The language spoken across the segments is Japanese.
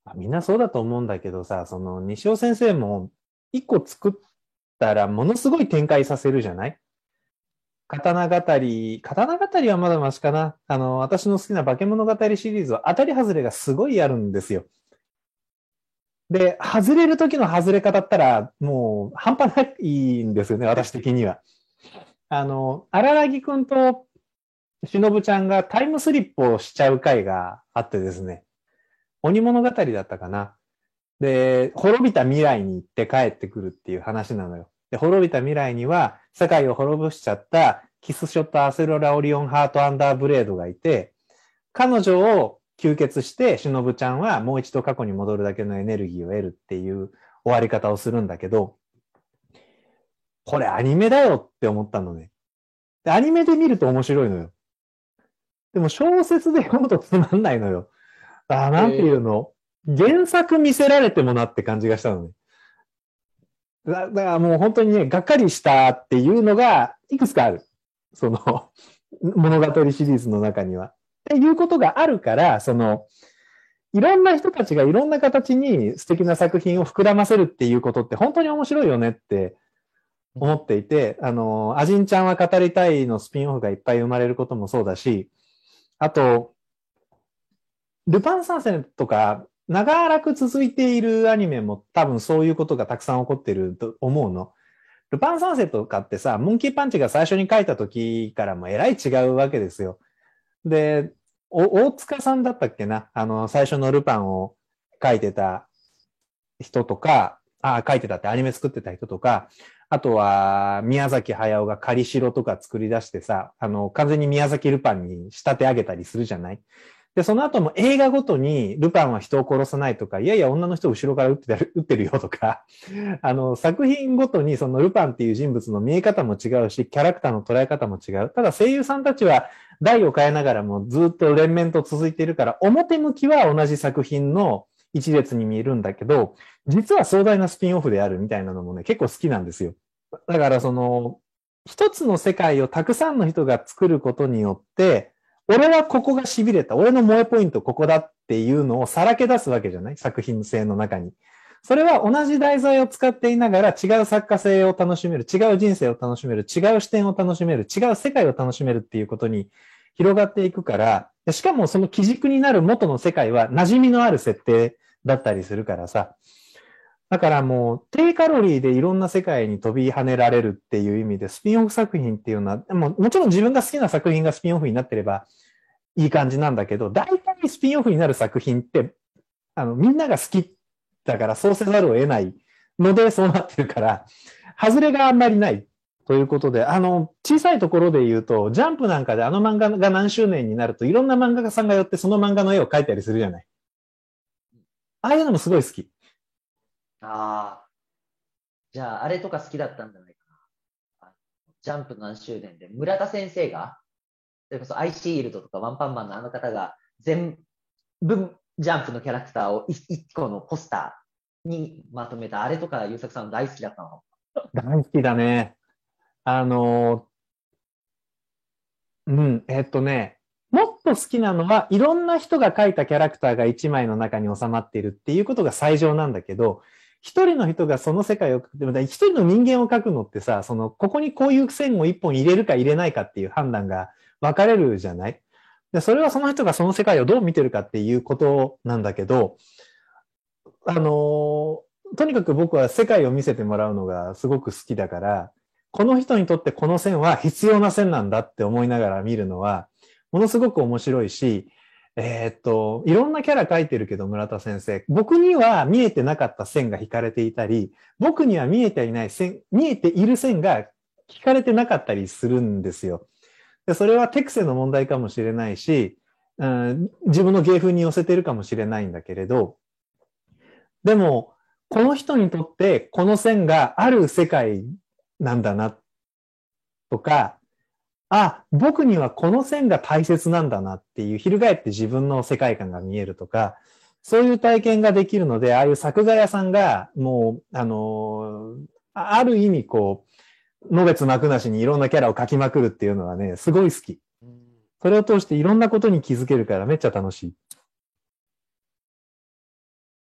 みんなそうだと思うんだけどさ、その西尾先生も一個作ったらものすごい展開させるじゃない？刀語りはまだマシかな。私の好きな化け物語シリーズは当たり外れがすごいあるんですよ。で、外れる時の外れ方ったらもう半端ないんですよね、私的には。荒木くんと忍ちゃんがタイムスリップをしちゃう回があってですね、鬼物語だったかな。で、滅びた未来に行って帰ってくるっていう話なのよ。で、滅びた未来には、世界を滅ぼしちゃったキスショット・アセロラ・オリオン・ハート・アンダー・ブレードがいて、彼女を吸血して、しのぶちゃんはもう一度過去に戻るだけのエネルギーを得るっていう終わり方をするんだけど、これアニメだよって思ったのね。で、アニメで見ると面白いのよ。でも小説で読むとつまんないのよ。なんていうえの？原作見せられてもなって感じがしたのね。だからもう本当にね、がっかりしたっていうのがいくつかある。その物語シリーズの中には。っていうことがあるから、いろんな人たちがいろんな形に素敵な作品を膨らませるっていうことって本当に面白いよねって思っていて、アジンちゃんは語りたいのスピンオフがいっぱい生まれることもそうだし、あと、ルパン三世とか、長らく続いているアニメも多分そういうことがたくさん起こっていると思うの。ルパン三世とかってさ、モンキーパンチが最初に書いた時からもえらい違うわけですよ。で、大塚さんだったっけな、最初のルパンを書いてた人とか、書いてたってアニメ作ってた人とか、あとは宮崎駿が仮城とか作り出してさ、完全に宮崎ルパンに仕立て上げたりするじゃない？で、その後も映画ごとにルパンは人を殺さないとか、いやいや女の人を後ろから撃ってるよとか、作品ごとにそのルパンっていう人物の見え方も違うし、キャラクターの捉え方も違う。ただ声優さんたちは代を変えながらもずっと連綿と続いているから、表向きは同じ作品の一列に見えるんだけど、実は壮大なスピンオフであるみたいなのもね、結構好きなんですよ。だから一つの世界をたくさんの人が作ることによって、俺はここが痺れた、俺の萌えポイントここだっていうのをさらけ出すわけじゃない？作品性の中に。それは同じ題材を使っていながら違う作家性を楽しめる、違う人生を楽しめる、違う視点を楽しめる、違う世界を楽しめるっていうことに広がっていくから、しかもその基軸になる元の世界は馴染みのある設定だったりするからさ。だからもう低カロリーでいろんな世界に飛び跳ねられるっていう意味でスピンオフ作品っていうのは、もちろん自分が好きな作品がスピンオフになってればいい感じなんだけど、大体スピンオフになる作品って、みんなが好きだからそうせざるを得ないのでそうなってるから、外れがあんまりない。ということで、小さいところで言うと、ジャンプなんかであの漫画が何周年になると、いろんな漫画家さんが寄ってその漫画の絵を描いたりするじゃない。ああいうのもすごい好き。 ああ、じゃあ、あれとか好きだったんじゃないかな。ジャンプの何周年で、村田先生が、それこそアイシールドとかワンパンマンのあの方が、全部ジャンプのキャラクターを一個のポスターにまとめた、あれとか、優作さん大好きだったの。 大好きだね。あの、うん、もっと好きなのは、いろんな人が描いたキャラクターが一枚の中に収まっているっていうことが最上なんだけど、一人の人がその世界を、でも一人の人間を描くのってさ、ここにこういう線を一本入れるか入れないかっていう判断が分かれるじゃない？で、それはその人がその世界をどう見てるかっていうことなんだけど、とにかく僕は世界を見せてもらうのがすごく好きだから、この人にとってこの線は必要な線なんだって思いながら見るのは、ものすごく面白いし、いろんなキャラ描いてるけど、村田先生。僕には見えてなかった線が引かれていたり、僕には見えていない線、見えている線が引かれてなかったりするんですよ。でそれは手癖の問題かもしれないし、自分の芸風に寄せてるかもしれないんだけれど、でも、この人にとってこの線がある世界なんだなとか、僕にはこの線が大切なんだなっていう、翻って自分の世界観が見えるとか、そういう体験ができるので、ああいう作画屋さんが、もう、ある意味こう、のべつ幕なしにいろんなキャラを描きまくるっていうのはね、すごい好き。 うん。 それを通していろんなことに気づけるからめっちゃ楽しい。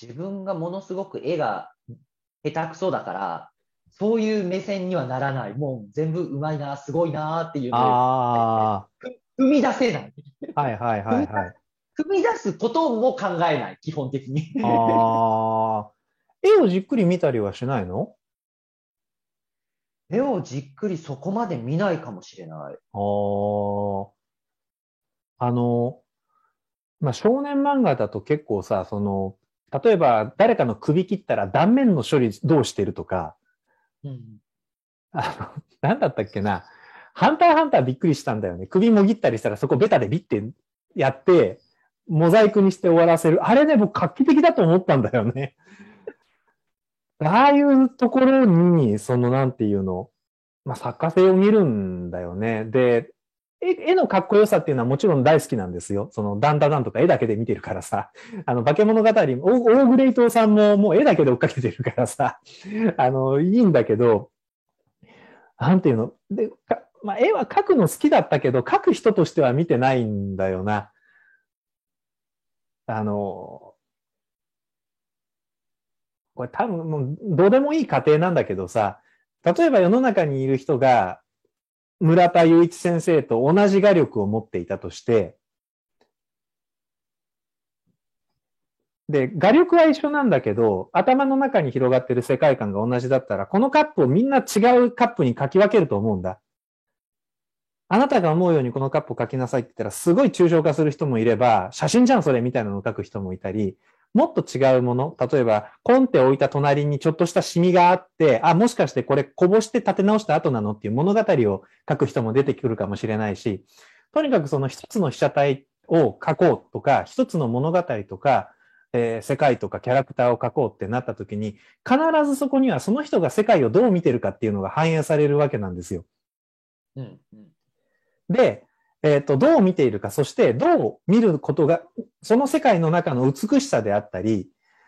自分がものすごく絵が下手くそだから、そういう目線にはならない。もう全部うまいな、すごいなっていうので、 あ踏み出せない。 あ、はいはいはいはい。 踏み出すことも考えない、基本的に。 ああ、絵をじっくり見たりはしないの？ 絵をじっくりそこまで見ないかもしれない。 ああ、あの、まあ、少年漫画だと結構さ、例えば誰かの首切ったら断面の処理どうしてるとか、 うん。 なんだったっけな。ハンターハンターびっくりしたんだよね。首もぎったりしたらそこベタでビッてやって、モザイクにして終わらせる。あれね、僕画期的だと思ったんだよね。ああいうところに、なんていうの、まあ、作家性を見るんだよね。で、絵のかっこよさっていうのはもちろん大好きなんですよ。ダンダダンとか絵だけで見てるからさ。化け物語、大グレイトさんももう絵だけで追っかけてるからさ。いいんだけど、なんていうの。で、まあ、絵は描くの好きだったけど、描く人としては見てないんだよな。あの、これ多分もうどうでもいい過程なんだけどさ、例えば世の中にいる人が村田雄一先生と同じ画力を持っていたとして、で、画力は一緒なんだけど、頭の中に広がってる世界観が同じだったら、このカップをみんな違うカップに書き分けると思うんだ。あなたが思うようにこのカップを書きなさいって言ったら、すごい抽象化する人もいれば、写真じゃんそれみたいなのを書く人もいたり、もっと違うもの、例えば、コンって置いた隣にちょっとしたシミがあって、あ、もしかしてこれこぼして立て直した後なのっていう物語を書く人も出てくるかもしれないし、とにかくその一つの被写体を書こうとか、一つの物語とか、世界とかキャラクターを書こうってなった時に、必ずそこにはその人が世界をどう見てるかっていうのが反映されるわけなんですよ。 うんうん。 で、どう見ているか、そしてどう見ることが、その世界の中の美しさであったり、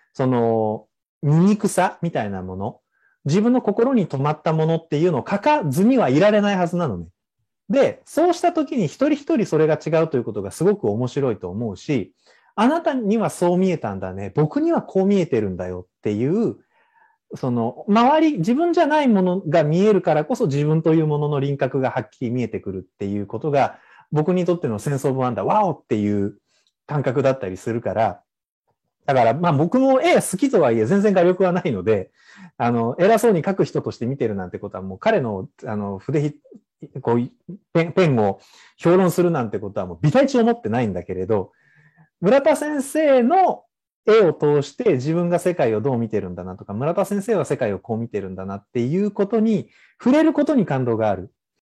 醜さみたいなもの、自分の心に留まったものっていうのを書かずにはいられないはずなのね。で、そうした時に一人一人それが違うということがすごく面白いと思うし、あなたにはそう見えたんだね。僕にはこう見えてるんだよっていう、周り、自分じゃないものが見えるからこそ自分というものの輪郭がはっきり見えてくるっていうことが、僕にとってのセンスオブワンダー、ワオっていう感覚だったりするから、だから、まあ僕も絵好きとはいえ全然画力はないので、偉そうに描く人として見てるなんてことはもう彼の、こう、ペンを評論するなんてことはもう微体値を持ってないんだけれど、村田先生の絵を通して自分が世界をどう見てるんだなとか、村田先生は世界をこう見てるんだなっていうことに触れることに感動がある。